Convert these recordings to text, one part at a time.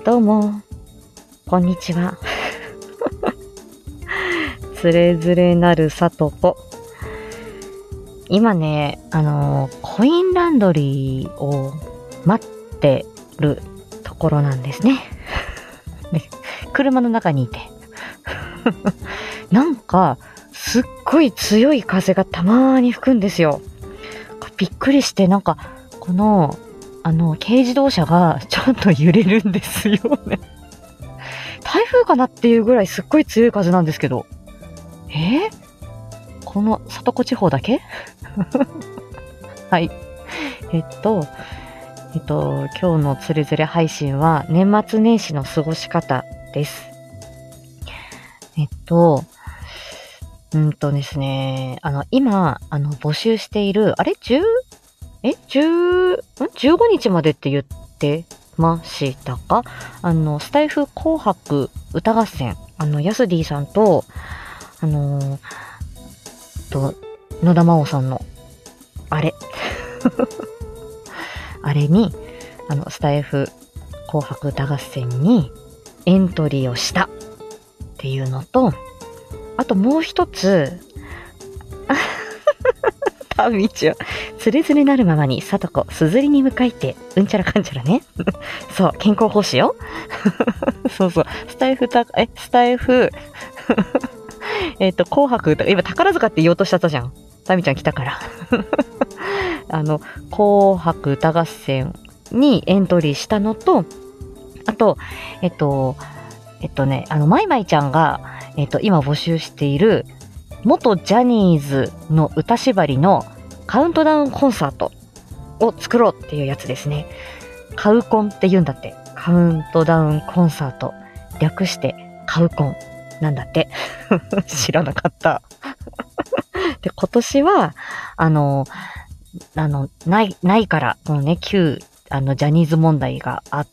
どうも、こんにちは。つれづれなるさとこ。今ね、コインランドリーを待ってるところなんですね。で、車の中にいて。なんか、すっごい強い風がたまーに吹くんですよ。びっくりして、なんか、この、軽自動車がちょっと揺れるんですよね。台風かなっていうぐらいすっごい強い風なんですけど。この里子地方だけはい。今日のつれづれ配信は年末年始の過ごし方です。ですね、今、募集している、15日までって言ってましたか？スタイフ紅白歌合戦、ヤスディさんと、野田真央さんの、あれに、スタイフ紅白歌合戦にエントリーをしたっていうのと、あともう一つ、道をつれづれなるままにさとこすずりに向かいてうんちゃらかんちゃらね。そう健康奉仕よ。そうスタイフ紅白歌、今宝塚って言おうとしちゃったじゃん。タミちゃん来たから。紅白歌合戦にエントリーしたのと、あとマイマイちゃんが今募集している元ジャニーズの歌縛りのカウントダウンコンサートを作ろうっていうやつですね。カウコンって言うんだって。カウントダウンコンサート。略してカウコンなんだって。知らなかった。で、今年は、ないから、このね、旧、ジャニーズ問題があって、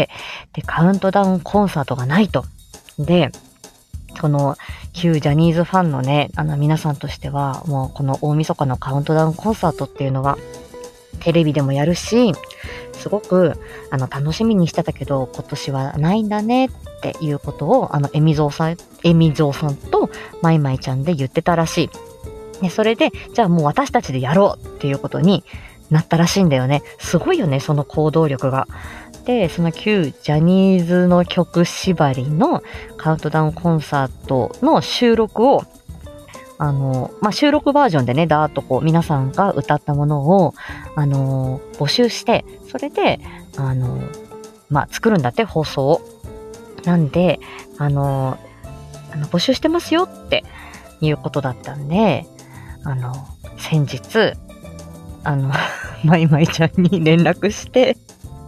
で、カウントダウンコンサートがないと。で、この旧ジャニーズファンのね、皆さんとしては、もうこの大晦日のカウントダウンコンサートっていうのは、テレビでもやるし、すごく、楽しみにしてたけど、今年はないんだねっていうことを、エミゾーさんとマイマイちゃんで言ってたらしい。で、それで、じゃあもう私たちでやろうっていうことになったらしいんだよね。すごいよね、その行動力が。で、その旧ジャニーズの曲縛りのカウントダウンコンサートの収録を、収録バージョンでね、だーっとこう皆さんが歌ったものを、募集して、それで、作るんだって、放送を。なんで、募集してますよっていうことだったんで、先日、マイマイちゃんに連絡して、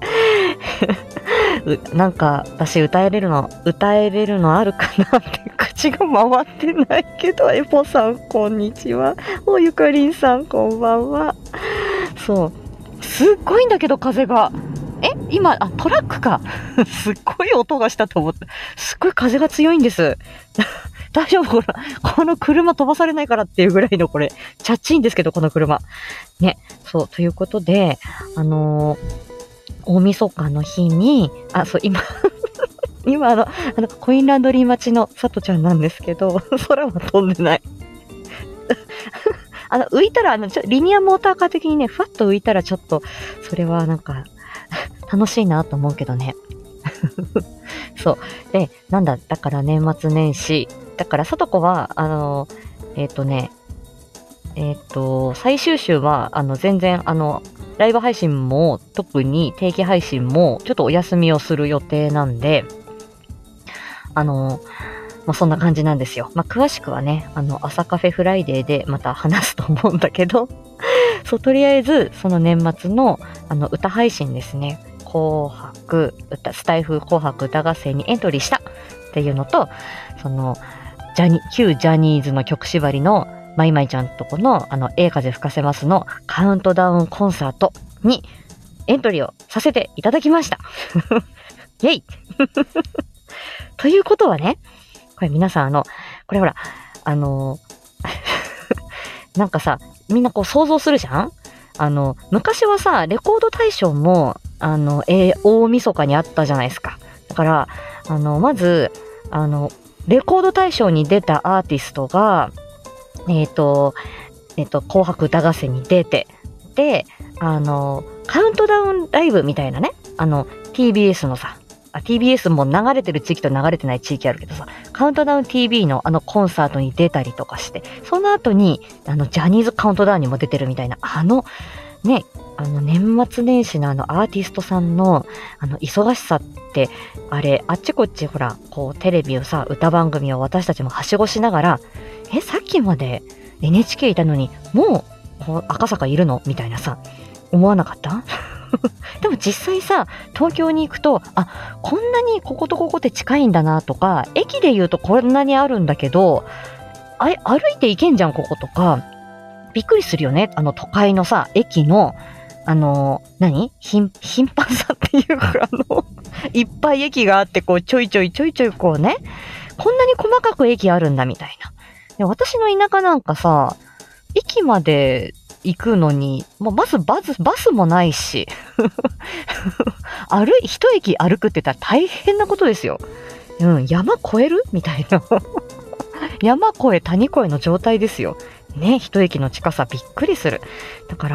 なんか私歌えれるのあるかなって口が回ってないけど、エポさんこんにちは、ゆかりんさんこんばんは。そうすっごいんだけど風が今トラックかすっごい音がしたと思って、すっごい風が強いんです大丈夫この車飛ばされないからっていうぐらいのこれチャッチいんですけど、この車ね。そうということで大晦日の日に、今コインランドリー待ちのさとちゃんなんですけど、空は飛んでない。浮いたら、リニアモーターカー的にね、ふわっと浮いたらちょっと、それはなんか、楽しいなと思うけどね。そう。で、だから年末年始。だから、さとこは、最終週は、全然、ライブ配信も特に定期配信もちょっとお休みをする予定なんで、そんな感じなんですよ。詳しくはね、朝カフェフライデーでまた話すと思うんだけど、そう、とりあえず、その年末の、歌配信ですね。スタイフ紅白歌合戦にエントリーしたっていうのと、その、旧ジャニーズの曲縛りのマイマイちゃんとこの風吹かせますのカウントダウンコンサートにエントリーをさせていただきました。イェイということはね、これ皆さんこれほら、なんかさ、みんなこう想像するじゃん？昔はさ、レコード大賞も、大晦日にあったじゃないですか。 から、まず、レコード大賞に出たアーティストが、紅白歌合戦に出て、で、カウントダウンライブみたいなね、TBS のさ、TBS も流れてる地域と流れてない地域あるけどさ、カウントダウン TV のコンサートに出たりとかして、その後に、ジャニーズカウントダウンにも出てるみたいな、ね、年末年始のアーティストさんの、忙しさって、あれ、あっちこっちほら、こう、テレビをさ、歌番組を私たちもはしごしながら、さっきまで NHK いたのに、もう、こう赤坂いるのみたいなさ、思わなかったでも実際さ、東京に行くと、こんなにこことここって近いんだなとか、駅で言うとこんなにあるんだけど、歩いて行けんじゃん、こことか、びっくりするよね。都会のさ、駅の、頻繁さっていうか、いっぱい駅があって、こう、ちょいちょいこうね、こんなに細かく駅あるんだみたいな。で、私の田舎なんかさ、駅まで行くのに、もうバスもないし、一駅歩くって言ったら大変なことですよ。山越えるみたいな。山越え谷越えの状態ですよ。ね、一駅の近さびっくりする。だから、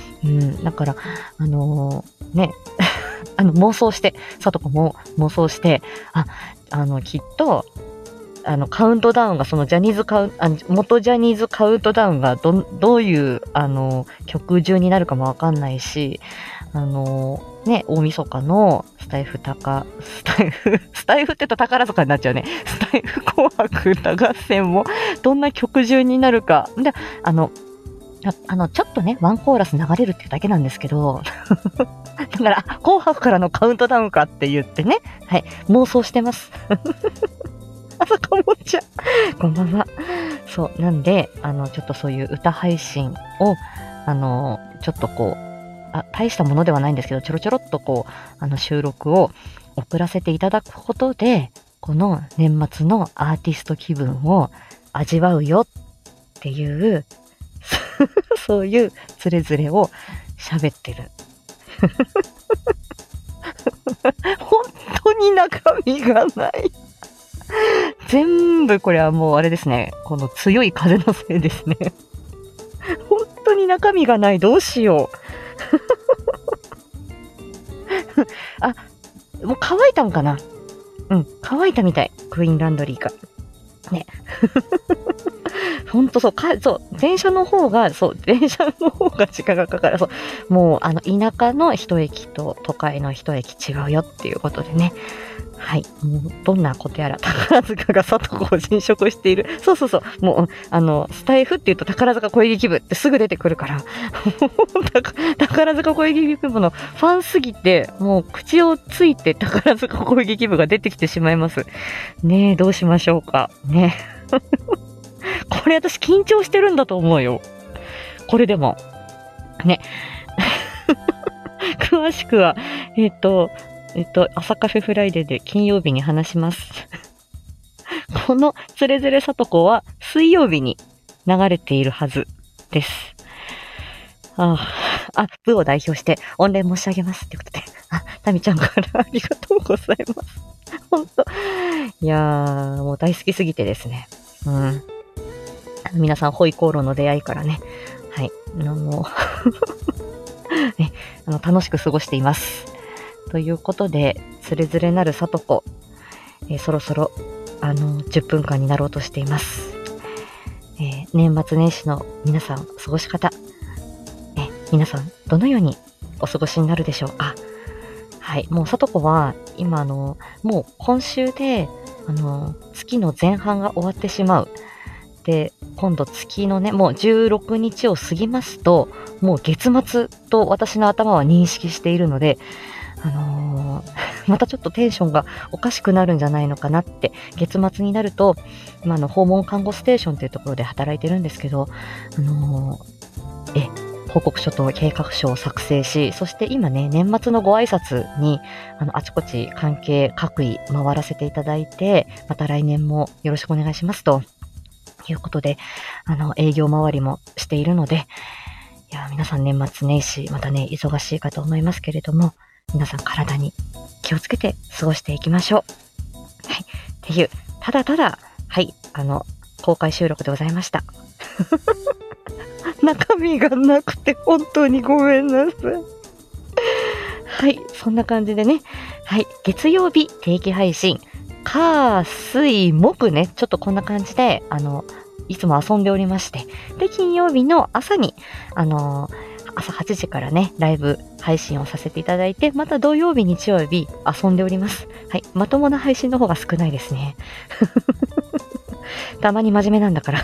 ね、妄想して、さとこも妄想して、きっと、カウントダウンが、その元ジャニーズカウントダウンがどういう、曲順になるかもわかんないし、ね、大晦日のスタイフって言うと宝塚になっちゃうね。スタイフ紅白歌合戦も、どんな曲順になるか。で、ちょっとね、ワンコーラス流れるっていうだけなんですけど、だから、紅白からのカウントダウンかって言ってね、はい、妄想してます。朝かもちゃん。こんばんは。そう。なんで、ちょっとそういう歌配信を、ちょっとこう、大したものではないんですけど、ちょろっとこう、収録を送らせていただくことで、この年末のアーティスト気分を味わうよっていう、そういうつれづれを喋ってる。本当に中身がない。全部これはもうあれですね。この強い風のせいですね。本当に中身がない。どうしよう。もう乾いたんかな。乾いたみたい。クイーンランドリーが。ね。ほんとそう、電車の方が時間がかかる。そう。もう、田舎の一駅と都会の一駅違うよっていうことでね。はい。もうどんなことやら宝塚が佐藤を侵食している。そう。もう、スタイフって言うと宝塚声劇部ってすぐ出てくるから、宝塚声劇部のファンすぎて、もう口をついて宝塚声劇部が出てきてしまいます。ねえ、どうしましょうか。ね。これ私緊張してるんだと思うよ。これでも。ね。詳しくは、朝カフェフライデーで金曜日に話します。このつれづれさとこは水曜日に流れているはずです。部を代表して御礼申し上げますってことで。タミちゃんからありがとうございます。本当。いやー、もう大好きすぎてですね。皆さん、ホイコーローの出会いからね。はい。もうね、楽しく過ごしています。ということで、つれづれなるさとこ、そろそろ、10分間になろうとしています。年末年始の皆さん、過ごし方、皆さん、どのようにお過ごしになるでしょうか。はい、もうさとこは、今、もう今週で、月の前半が終わってしまう。で、今度月のね、もう16日を過ぎますと、もう月末と私の頭は認識しているので、またちょっとテンションがおかしくなるんじゃないのかなって、月末になると、訪問看護ステーションというところで働いてるんですけど、報告書と計画書を作成し、そして今ね、年末のご挨拶に、あちこち関係各位回らせていただいて、また来年もよろしくお願いしますということで、営業回りもしているので、いや、皆さん年末年始、またね、忙しいかと思いますけれども、 皆さん体に気をつけて過ごしていきましょう。はい。っていう、ただただ、はい、公開収録でございました。中身がなくて本当にごめんなさい。はい、そんな感じでね、はい、月曜日定期配信、火、水、木ね、ちょっとこんな感じで、いつも遊んでおりまして、で、金曜日の朝に、朝8時からね、ライブ配信をさせていただいて、また土曜日、日曜日遊んでおります。はい、まともな配信の方が少ないですね。たまに真面目なんだから。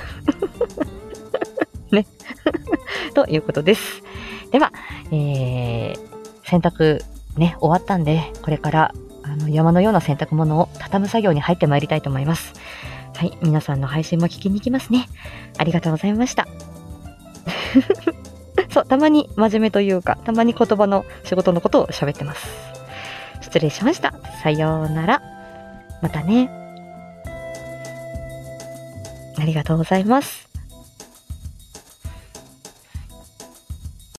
ね。ということです。では、洗濯ね、終わったんで、これから山のような洗濯物を畳む作業に入ってまいりたいと思います。はい、皆さんの配信も聞きに行きますね。ありがとうございました。そう、たまに真面目というか、たまに言葉の仕事のことを喋ってます。失礼しました。さようなら。またね。ありがとうございます。